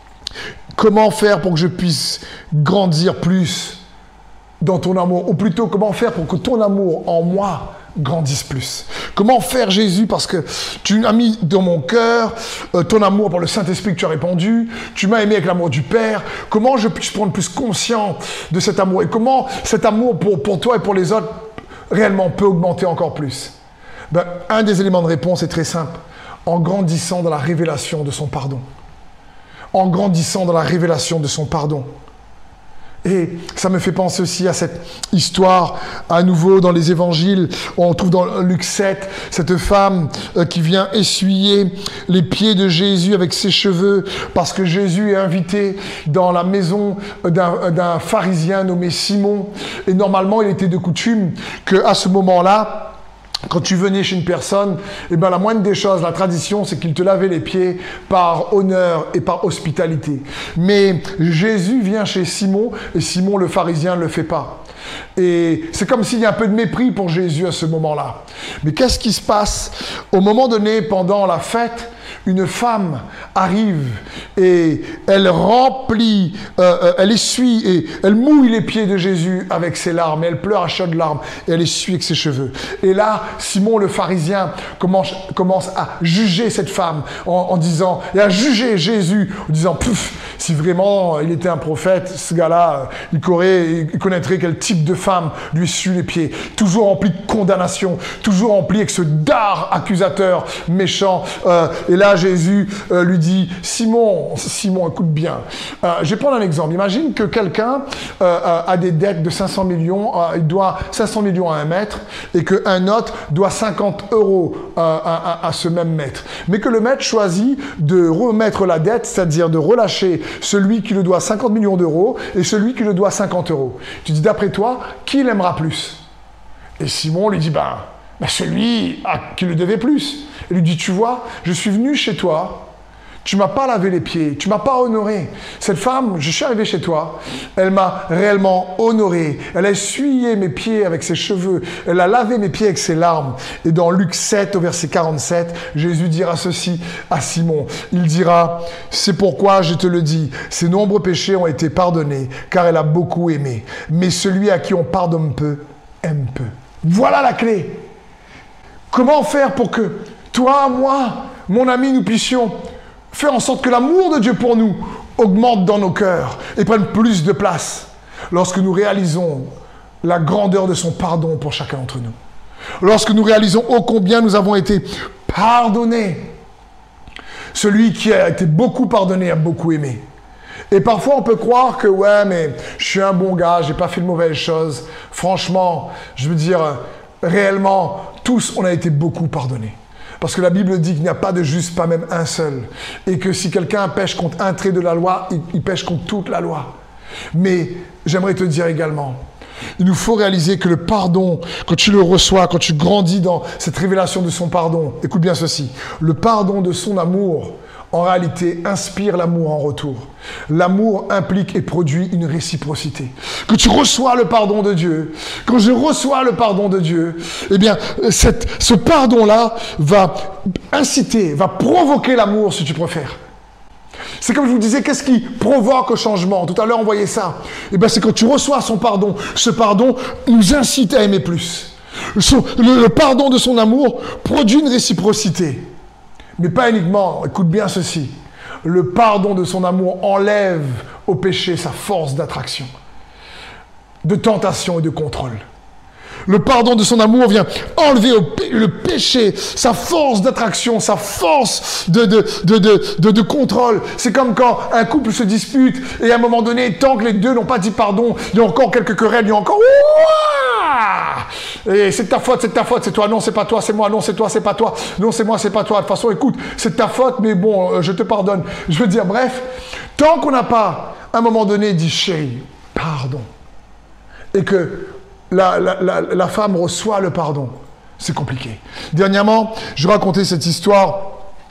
comment faire pour que je puisse grandir plus dans ton amour? Ou plutôt, comment faire pour que ton amour en moi grandisse plus? Comment faire, Jésus, parce que tu as mis dans mon cœur euh, ton amour pour le Saint-Esprit que tu as répandu, tu m'as aimé avec l'amour du Père. Comment je puisse prendre plus conscience de cet amour et comment cet amour pour, pour toi et pour les autres réellement peut augmenter encore plus? Ben, un des éléments de réponse est très simple, en grandissant dans la révélation de son pardon. En grandissant dans la révélation de son pardon. Et ça me fait penser aussi à cette histoire, à nouveau dans les évangiles, on trouve dans Luc sept, cette femme euh, qui vient essuyer les pieds de Jésus avec ses cheveux, parce que Jésus est invité dans la maison d'un, d'un pharisien nommé Simon. Et normalement, il était de coutume qu'à ce moment-là, quand tu venais chez une personne, eh ben la moindre des choses, la tradition, c'est qu'il te lavait les pieds par honneur et par hospitalité. Mais Jésus vient chez Simon et Simon le pharisien ne le fait pas. Et c'est comme s'il y a un peu de mépris pour Jésus à ce moment-là. Mais qu'est-ce qui se passe? Au moment donné, pendant la fête, une femme arrive et elle remplit, euh, elle essuie et elle mouille les pieds de Jésus avec ses larmes. Et elle pleure à chaudes larmes et elle essuie avec ses cheveux. Et là, Simon le pharisien commence, commence à juger cette femme en, en disant, et à juger Jésus en disant, pouf, si vraiment il était un prophète, ce gars-là, il, il connaîtrait quel type de femme lui essuie les pieds. Toujours rempli de condamnation, toujours rempli avec ce dard accusateur méchant. Euh, et là, Jésus euh, lui dit, Simon, Simon, écoute bien. Euh, je vais prendre un exemple. Imagine que quelqu'un euh, a des dettes de cinq cents millions, euh, il doit cinq cents millions à un maître, et qu'un autre doit cinquante euros euh, à, à, à ce même maître. Mais que le maître choisit de remettre la dette, c'est-à-dire de relâcher celui qui le doit cinquante millions d'euros et celui qui le doit cinquante euros. Tu dis, d'après toi, qui l'aimera plus? Et Simon lui dit, ben, ben celui à qui le devait plus. Il lui dit, tu vois, je suis venu chez toi, tu ne m'as pas lavé les pieds, tu ne m'as pas honoré. Cette femme, je suis arrivé chez toi, elle m'a réellement honoré. Elle a essuyé mes pieds avec ses cheveux, elle a lavé mes pieds avec ses larmes. Et dans Luc sept, au verset quarante-sept, Jésus dira ceci à Simon. Il dira, c'est pourquoi je te le dis, ses nombreux péchés ont été pardonnés, car elle a beaucoup aimé. Mais celui à qui on pardonne peu, aime peu. Voilà la clé. Comment faire pour que toi, moi, mon ami, nous puissions faire en sorte que l'amour de Dieu pour nous augmente dans nos cœurs et prenne plus de place lorsque nous réalisons la grandeur de son pardon pour chacun d'entre nous. Lorsque nous réalisons ô combien nous avons été pardonnés. Celui qui a été beaucoup pardonné a beaucoup aimé. Et parfois, on peut croire que, ouais, mais je suis un bon gars, j'ai pas fait de mauvaises choses. Franchement, je veux dire, réellement, tous, on a été beaucoup pardonnés. Parce que la Bible dit qu'il n'y a pas de juste, pas même un seul. Et que si quelqu'un pêche contre un trait de la loi, il, il pêche contre toute la loi. Mais j'aimerais te dire également, il nous faut réaliser que le pardon, quand tu le reçois, quand tu grandis dans cette révélation de son pardon, écoute bien ceci, le pardon de son amour, en réalité, inspire l'amour en retour. L'amour implique et produit une réciprocité. Que tu reçois le pardon de Dieu, quand je reçois le pardon de Dieu, eh bien, cette, ce pardon-là va inciter, va provoquer l'amour, si tu préfères. C'est comme je vous disais, qu'est-ce qui provoque au changement? Tout à l'heure, on voyait ça. Eh bien, c'est quand tu reçois son pardon. Ce pardon nous incite à aimer plus. Son, le, le pardon de son amour produit une réciprocité. Mais pas uniquement, écoute bien ceci, le pardon de son amour enlève au péché sa force d'attraction, de tentation et de contrôle. Le pardon de son amour vient enlever au pé- le péché, sa force d'attraction, sa force de, de, de, de, de, de contrôle. C'est comme quand un couple se dispute et à un moment donné, tant que les deux n'ont pas dit pardon, il y a encore quelques querelles, il y a encore... Ouah, et c'est de ta faute, c'est de ta faute, c'est toi, non, c'est pas toi, c'est moi, non, c'est toi, c'est pas toi, non, c'est moi, c'est pas toi. De toute façon, écoute, c'est de ta faute, mais bon, euh, je te pardonne. Je veux dire, bref, tant qu'on n'a pas, à un moment donné, dit chérie, pardon, et que La, la, la, la femme reçoit le pardon. C'est compliqué. Dernièrement, je racontais cette histoire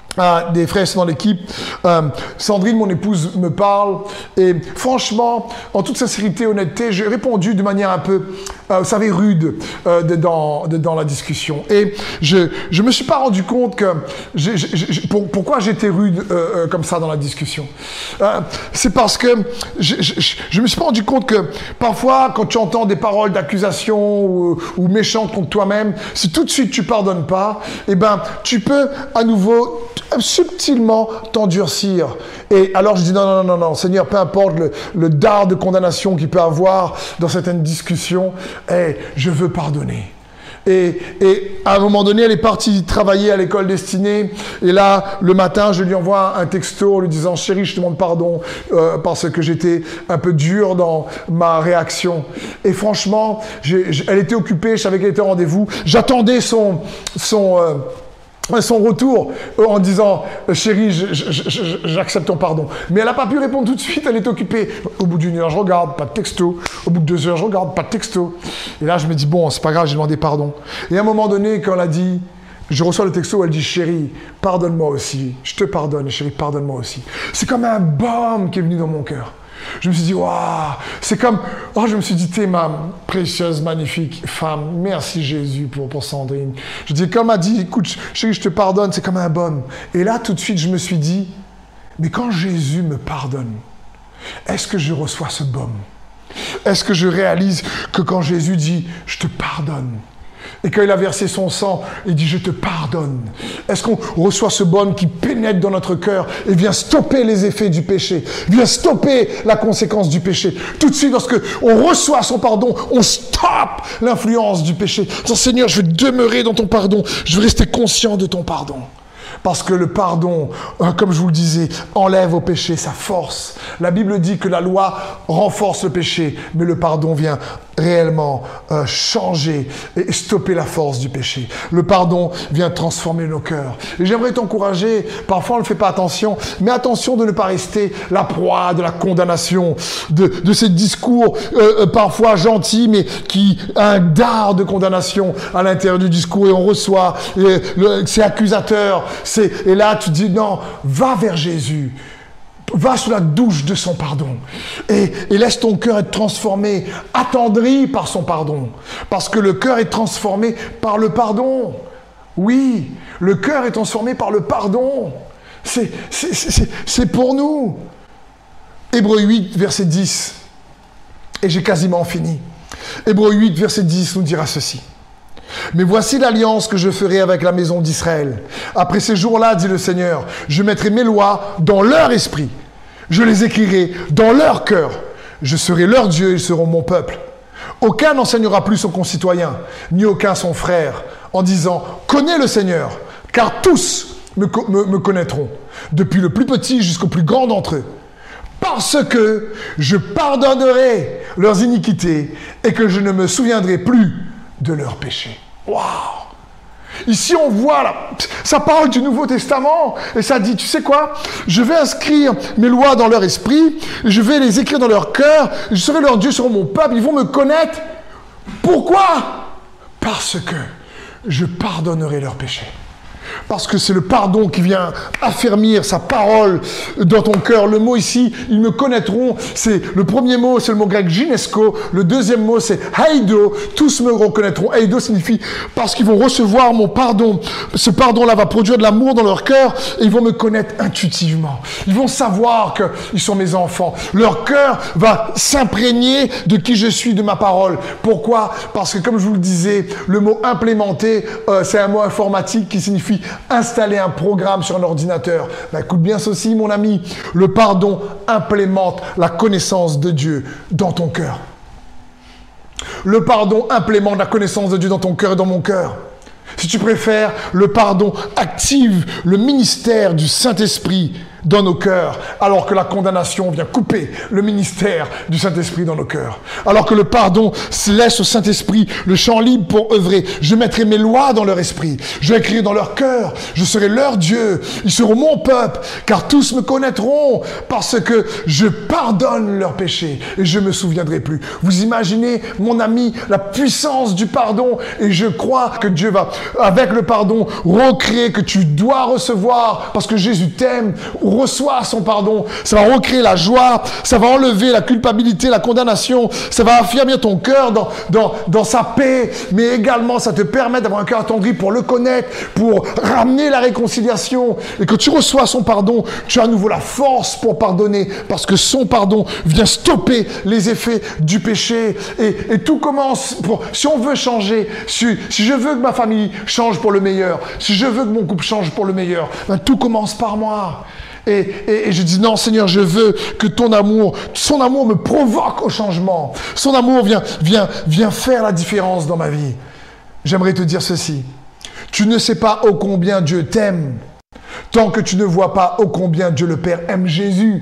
à des frères dans l'équipe. Euh, Sandrine, mon épouse, me parle. Et franchement, en toute sincérité et honnêteté, j'ai répondu de manière un peu, euh, vous savez, rude euh, de, dans, de, dans la discussion. Et je ne me suis pas rendu compte que... J'ai, j'ai, pour, pourquoi j'étais rude euh, euh, comme ça dans la discussion euh, C'est parce que je ne me suis pas rendu compte que parfois, quand tu entends des paroles d'accusation ou, ou méchantes contre toi-même, si tout de suite tu ne pardonnes pas, eh ben, tu peux à nouveau... subtilement t'endurcir. Et alors je dis non, non, non, non, Seigneur, peu importe le, le dard de condamnation qu'il peut avoir dans certaines discussions, hey, je veux pardonner. Et, et à un moment donné, elle est partie travailler à l'école destinée. Et là, le matin, je lui envoie un texto en lui disant « Chérie, je te demande pardon euh, parce que j'étais un peu dur dans ma réaction. » Et franchement, j'ai, j'ai, elle était occupée, je savais qu'elle était au rendez-vous. J'attendais son... son euh, son retour en disant « Chérie, je, je, je, j'accepte ton pardon. » Mais elle n'a pas pu répondre tout de suite, elle est occupée. Au bout d'une heure, je regarde, pas de texto. Au bout de deux heures, je regarde, pas de texto. Et là, je me dis « Bon, c'est pas grave, j'ai demandé pardon. » Et à un moment donné, quand elle a dit, je reçois le texto, elle dit « Chérie, pardonne-moi aussi. Je te pardonne, chérie, pardonne-moi aussi. » C'est comme un baume qui est venu dans mon cœur. Je me suis dit, waouh, c'est comme, oh, je me suis dit, t'es ma précieuse, magnifique femme. Merci Jésus pour, pour Sandrine. Je dis, comme elle a dit, écoute, chérie, je te pardonne, c'est comme un baume. Et là, tout de suite, je me suis dit, mais quand Jésus me pardonne, est-ce que je reçois ce baume? Est-ce que je réalise que quand Jésus dit, je te pardonne, et quand il a versé son sang, il dit « Je te pardonne ». Est-ce qu'on reçoit ce baume qui pénètre dans notre cœur et vient stopper les effets du péché, vient stopper la conséquence du péché? Tout de suite, lorsque on reçoit son pardon, on stoppe l'influence du péché. « Seigneur, je veux demeurer dans ton pardon, je veux rester conscient de ton pardon ». Parce que le pardon, comme je vous le disais, enlève au péché sa force. La Bible dit que la loi renforce le péché, mais le pardon vient réellement euh, changer et stopper la force du péché. Le pardon vient transformer nos cœurs. Et j'aimerais t'encourager, parfois on ne fait pas attention, mais attention de ne pas rester la proie de la condamnation, de, de ces discours euh, euh, parfois gentils, mais qui a un dard de condamnation à l'intérieur du discours, et on reçoit, et le, c'est accusateur, c'est, et là tu dis non, va vers Jésus. Va sous la douche de son pardon et, et laisse ton cœur être transformé, attendri par son pardon. Parce que le cœur est transformé par le pardon. Oui, le cœur est transformé par le pardon. C'est, c'est, c'est, c'est pour nous. Hébreux huit, verset dix. Et j'ai quasiment fini. Hébreux huit, verset dix nous dira ceci. Mais voici l'alliance que je ferai avec la maison d'Israël. Après ces jours-là, dit le Seigneur, je mettrai mes lois dans leur esprit. Je les écrirai dans leur cœur. Je serai leur Dieu, ils seront mon peuple. Aucun n'enseignera plus son concitoyen, ni aucun son frère, en disant « Connais le Seigneur », car tous me, me, me connaîtront, depuis le plus petit jusqu'au plus grand d'entre eux. Parce que je pardonnerai leurs iniquités et que je ne me souviendrai plus de leurs péchés. Waouh! Ici, on voit là, ça parle du Nouveau Testament et ça dit, tu sais quoi? Je vais inscrire mes lois dans leur esprit, je vais les écrire dans leur cœur, je serai leur Dieu, seront mon peuple, ils vont me connaître. Pourquoi? Parce que je pardonnerai leurs péchés. Parce que c'est le pardon qui vient affermir sa parole dans ton cœur. Le mot ici, ils me connaîtront. C'est le premier mot, c'est le mot grec gynesko. Le deuxième mot, c'est heido. Tous me reconnaîtront. Heido signifie parce qu'ils vont recevoir mon pardon. Ce pardon-là va produire de l'amour dans leur cœur et ils vont me connaître intuitivement. Ils vont savoir qu'ils sont mes enfants. Leur cœur va s'imprégner de qui je suis, de ma parole. Pourquoi? Parce que comme je vous le disais, le mot implémenter, euh, c'est un mot informatique qui signifie installer un programme sur un ordinateur. Ben, écoute bien ceci, mon ami. Le pardon implémente la connaissance de Dieu dans ton cœur. Le pardon implémente la connaissance de Dieu dans ton cœur et dans mon cœur. Si tu préfères, le pardon active le ministère du Saint-Esprit dans nos cœurs, alors que la condamnation vient couper le ministère du Saint-Esprit dans nos cœurs. Alors que le pardon laisse au Saint-Esprit le champ libre pour œuvrer. Je mettrai mes lois dans leur esprit. Je vais écrire dans leur cœur. Je serai leur Dieu. Ils seront mon peuple, car tous me connaîtront, parce que je pardonne leurs péchés et je ne me souviendrai plus. Vous imaginez, mon ami, la puissance du pardon, et je crois que Dieu va, avec le pardon, recréer, que tu dois recevoir, parce que Jésus t'aime. Reçois son pardon, ça va recréer la joie, ça va enlever la culpabilité, la condamnation, ça va affirmer ton cœur dans, dans, dans sa paix, mais également ça te permet d'avoir un cœur attendri pour le connaître, pour ramener la réconciliation. Et quand tu reçois son pardon, tu as à nouveau la force pour pardonner, parce que son pardon vient stopper les effets du péché. Et, et tout commence, pour, si on veut changer, si, si je veux que ma famille change pour le meilleur, si je veux que mon couple change pour le meilleur, ben tout commence par moi. Et, et, et je dis non, Seigneur, je veux que ton amour, son amour me provoque au changement. Son amour vient, vient, vient faire la différence dans ma vie. J'aimerais te dire ceci. Tu ne sais pas ô combien Dieu t'aime, tant que tu ne vois pas ô combien Dieu le Père aime Jésus.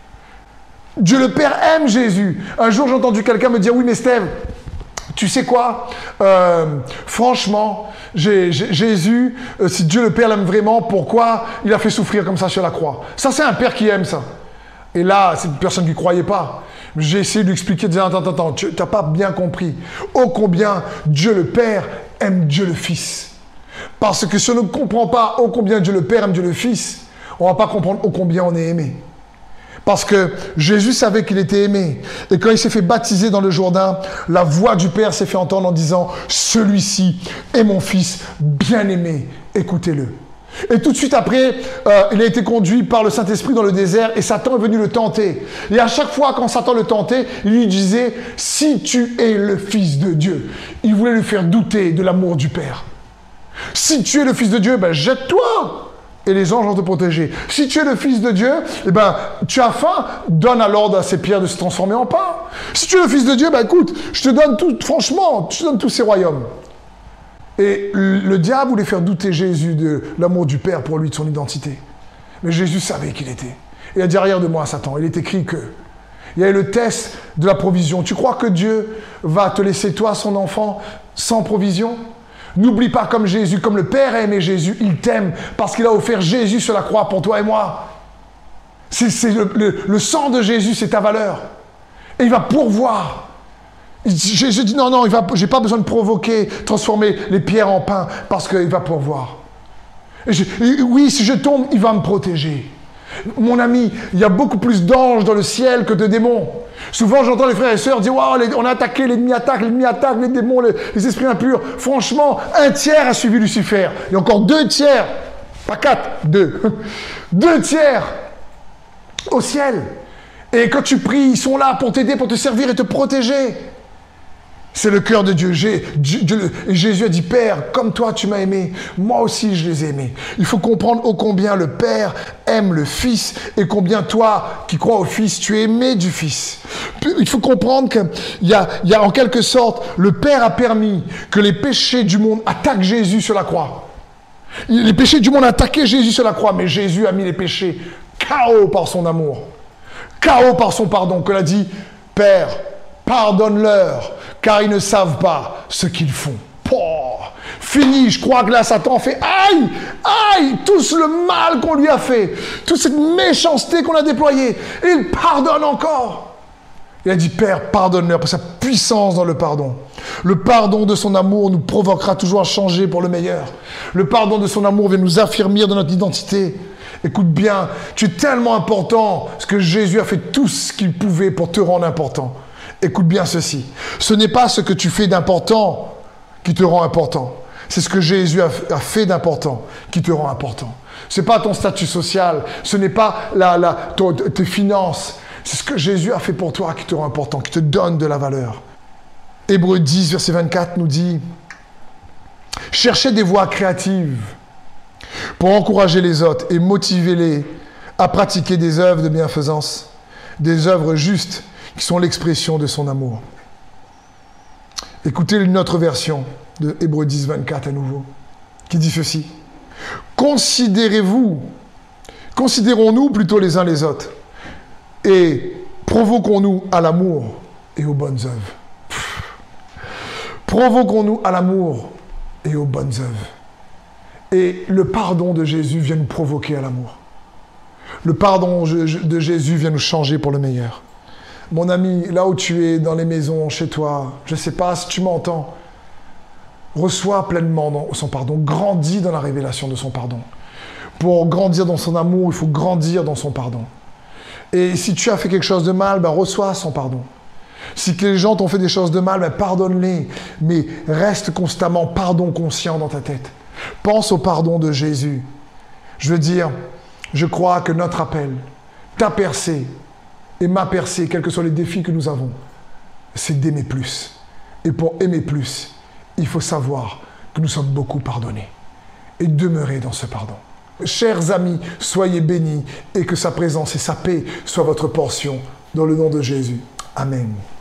Dieu le Père aime Jésus. Un jour, j'ai entendu quelqu'un me dire, oui, mais Steve, tu sais quoi, euh, franchement, j'ai, j'ai, Jésus, euh, si Dieu le Père l'aime vraiment, pourquoi il a fait souffrir comme ça sur la croix? Ça, c'est un Père qui aime ça. Et là, c'est une personne qui ne croyait pas. J'ai essayé de lui expliquer, de dire, attends, attends, attends, tu n'as pas bien compris. Ô combien Dieu le Père aime Dieu le Fils. Parce que si on ne comprend pas ô combien Dieu le Père aime Dieu le Fils, on ne va pas comprendre ô combien on est aimé. Parce que Jésus savait qu'il était aimé. Et quand il s'est fait baptiser dans le Jourdain, la voix du Père s'est fait entendre en disant « Celui-ci est mon Fils bien-aimé, écoutez-le ». Et tout de suite après, euh, il a été conduit par le Saint-Esprit dans le désert et Satan est venu le tenter. Et à chaque fois, quand Satan le tentait, il lui disait « Si tu es le Fils de Dieu », il voulait lui faire douter de l'amour du Père. « Si tu es le Fils de Dieu, ben jette-toi !» Et les anges vont te protéger. Si tu es le Fils de Dieu, eh ben, tu as faim, donne à l'ordre à ces pierres de se transformer en pain. Si tu es le Fils de Dieu, ben écoute, je te donne tout, franchement, je te donne tous ces royaumes. Et le diable voulait faire douter Jésus de l'amour du Père pour lui, de son identité. Mais Jésus savait qu'il était. Il a dit derrière de moi, Satan, il est écrit que. Il y a eu le test de la provision. Tu crois que Dieu va te laisser, toi, son enfant, sans provision ? N'oublie pas comme Jésus, comme le Père a aimé Jésus, il t'aime parce qu'il a offert Jésus sur la croix pour toi et moi. C'est, c'est le, le, le sang de Jésus, c'est ta valeur. Et il va pourvoir. Jésus dit non, non, je n'ai pas besoin de provoquer, transformer les pierres en pain parce qu'il va pourvoir. Et je, et oui, si je tombe, il va me protéger. Mon ami, il y a beaucoup plus d'anges dans le ciel que de démons. Souvent, j'entends les frères et sœurs dire wow, « on a attaqué, l'ennemi attaque, l'ennemi attaque, les démons, les, les esprits impurs. » Franchement, un tiers a suivi Lucifer. Il y a encore deux tiers, pas quatre, deux. Deux tiers au ciel. Et quand tu pries, ils sont là pour t'aider, pour te servir et te protéger. C'est le cœur de Dieu. J'ai, Dieu, Dieu. Et Jésus a dit, Père, comme toi tu m'as aimé, moi aussi je les ai aimés. Il faut comprendre ô combien le Père aime le Fils et combien toi qui crois au Fils, tu es aimé du Fils. Il faut comprendre qu'il y a, il y a en quelque sorte, le Père a permis que les péchés du monde attaquent Jésus sur la croix. Les péchés du monde attaquaient Jésus sur la croix, mais Jésus a mis les péchés K O par son amour, K O par son pardon, qu'il a dit, Père, pardonne-leur, car ils ne savent pas ce qu'ils font. Oh, fini. Je crois que là, Satan fait aïe, aïe, tout le mal qu'on lui a fait, toute cette méchanceté qu'on a déployée. Et il pardonne encore. Il a dit, Père, pardonne-leur pour sa puissance dans le pardon. Le pardon de son amour nous provoquera toujours à changer pour le meilleur. Le pardon de son amour vient nous affirmer dans notre identité. Écoute bien, tu es tellement important parce que Jésus a fait tout ce qu'il pouvait pour te rendre important. Écoute bien ceci. Ce n'est pas ce que tu fais d'important qui te rend important. C'est ce que Jésus a fait d'important qui te rend important. Ce n'est pas ton statut social. Ce n'est pas la, la, ton, tes finances. C'est ce que Jésus a fait pour toi qui te rend important, qui te donne de la valeur. Hébreux dix, verset vingt-quatre nous dit « Cherchez des voies créatives pour encourager les autres et motiver-les à pratiquer des œuvres de bienfaisance, des œuvres justes qui sont l'expression de son amour. » Écoutez une autre version de Hébreux dix, vingt-quatre à nouveau, qui dit ceci. « Considérez-vous, considérons-nous plutôt les uns les autres, et provoquons-nous à l'amour et aux bonnes œuvres. » Provoquons-nous à l'amour et aux bonnes œuvres. Et le pardon de Jésus vient nous provoquer à l'amour. Le pardon de Jésus vient nous changer pour le meilleur. Mon ami, là où tu es, dans les maisons, chez toi, je ne sais pas si tu m'entends, reçois pleinement son pardon, grandis dans la révélation de son pardon. Pour grandir dans son amour, il faut grandir dans son pardon. Et si tu as fait quelque chose de mal, ben reçois son pardon. Si les gens t'ont fait des choses de mal, ben pardonne-les. Mais reste constamment pardon conscient dans ta tête. Pense au pardon de Jésus. Je veux dire, je crois que notre appel, ta percée et ma percée, quels que soient les défis que nous avons, c'est d'aimer plus. Et pour aimer plus, il faut savoir que nous sommes beaucoup pardonnés. Et demeurer dans ce pardon. Chers amis, soyez bénis et que sa présence et sa paix soient votre portion dans le nom de Jésus. Amen.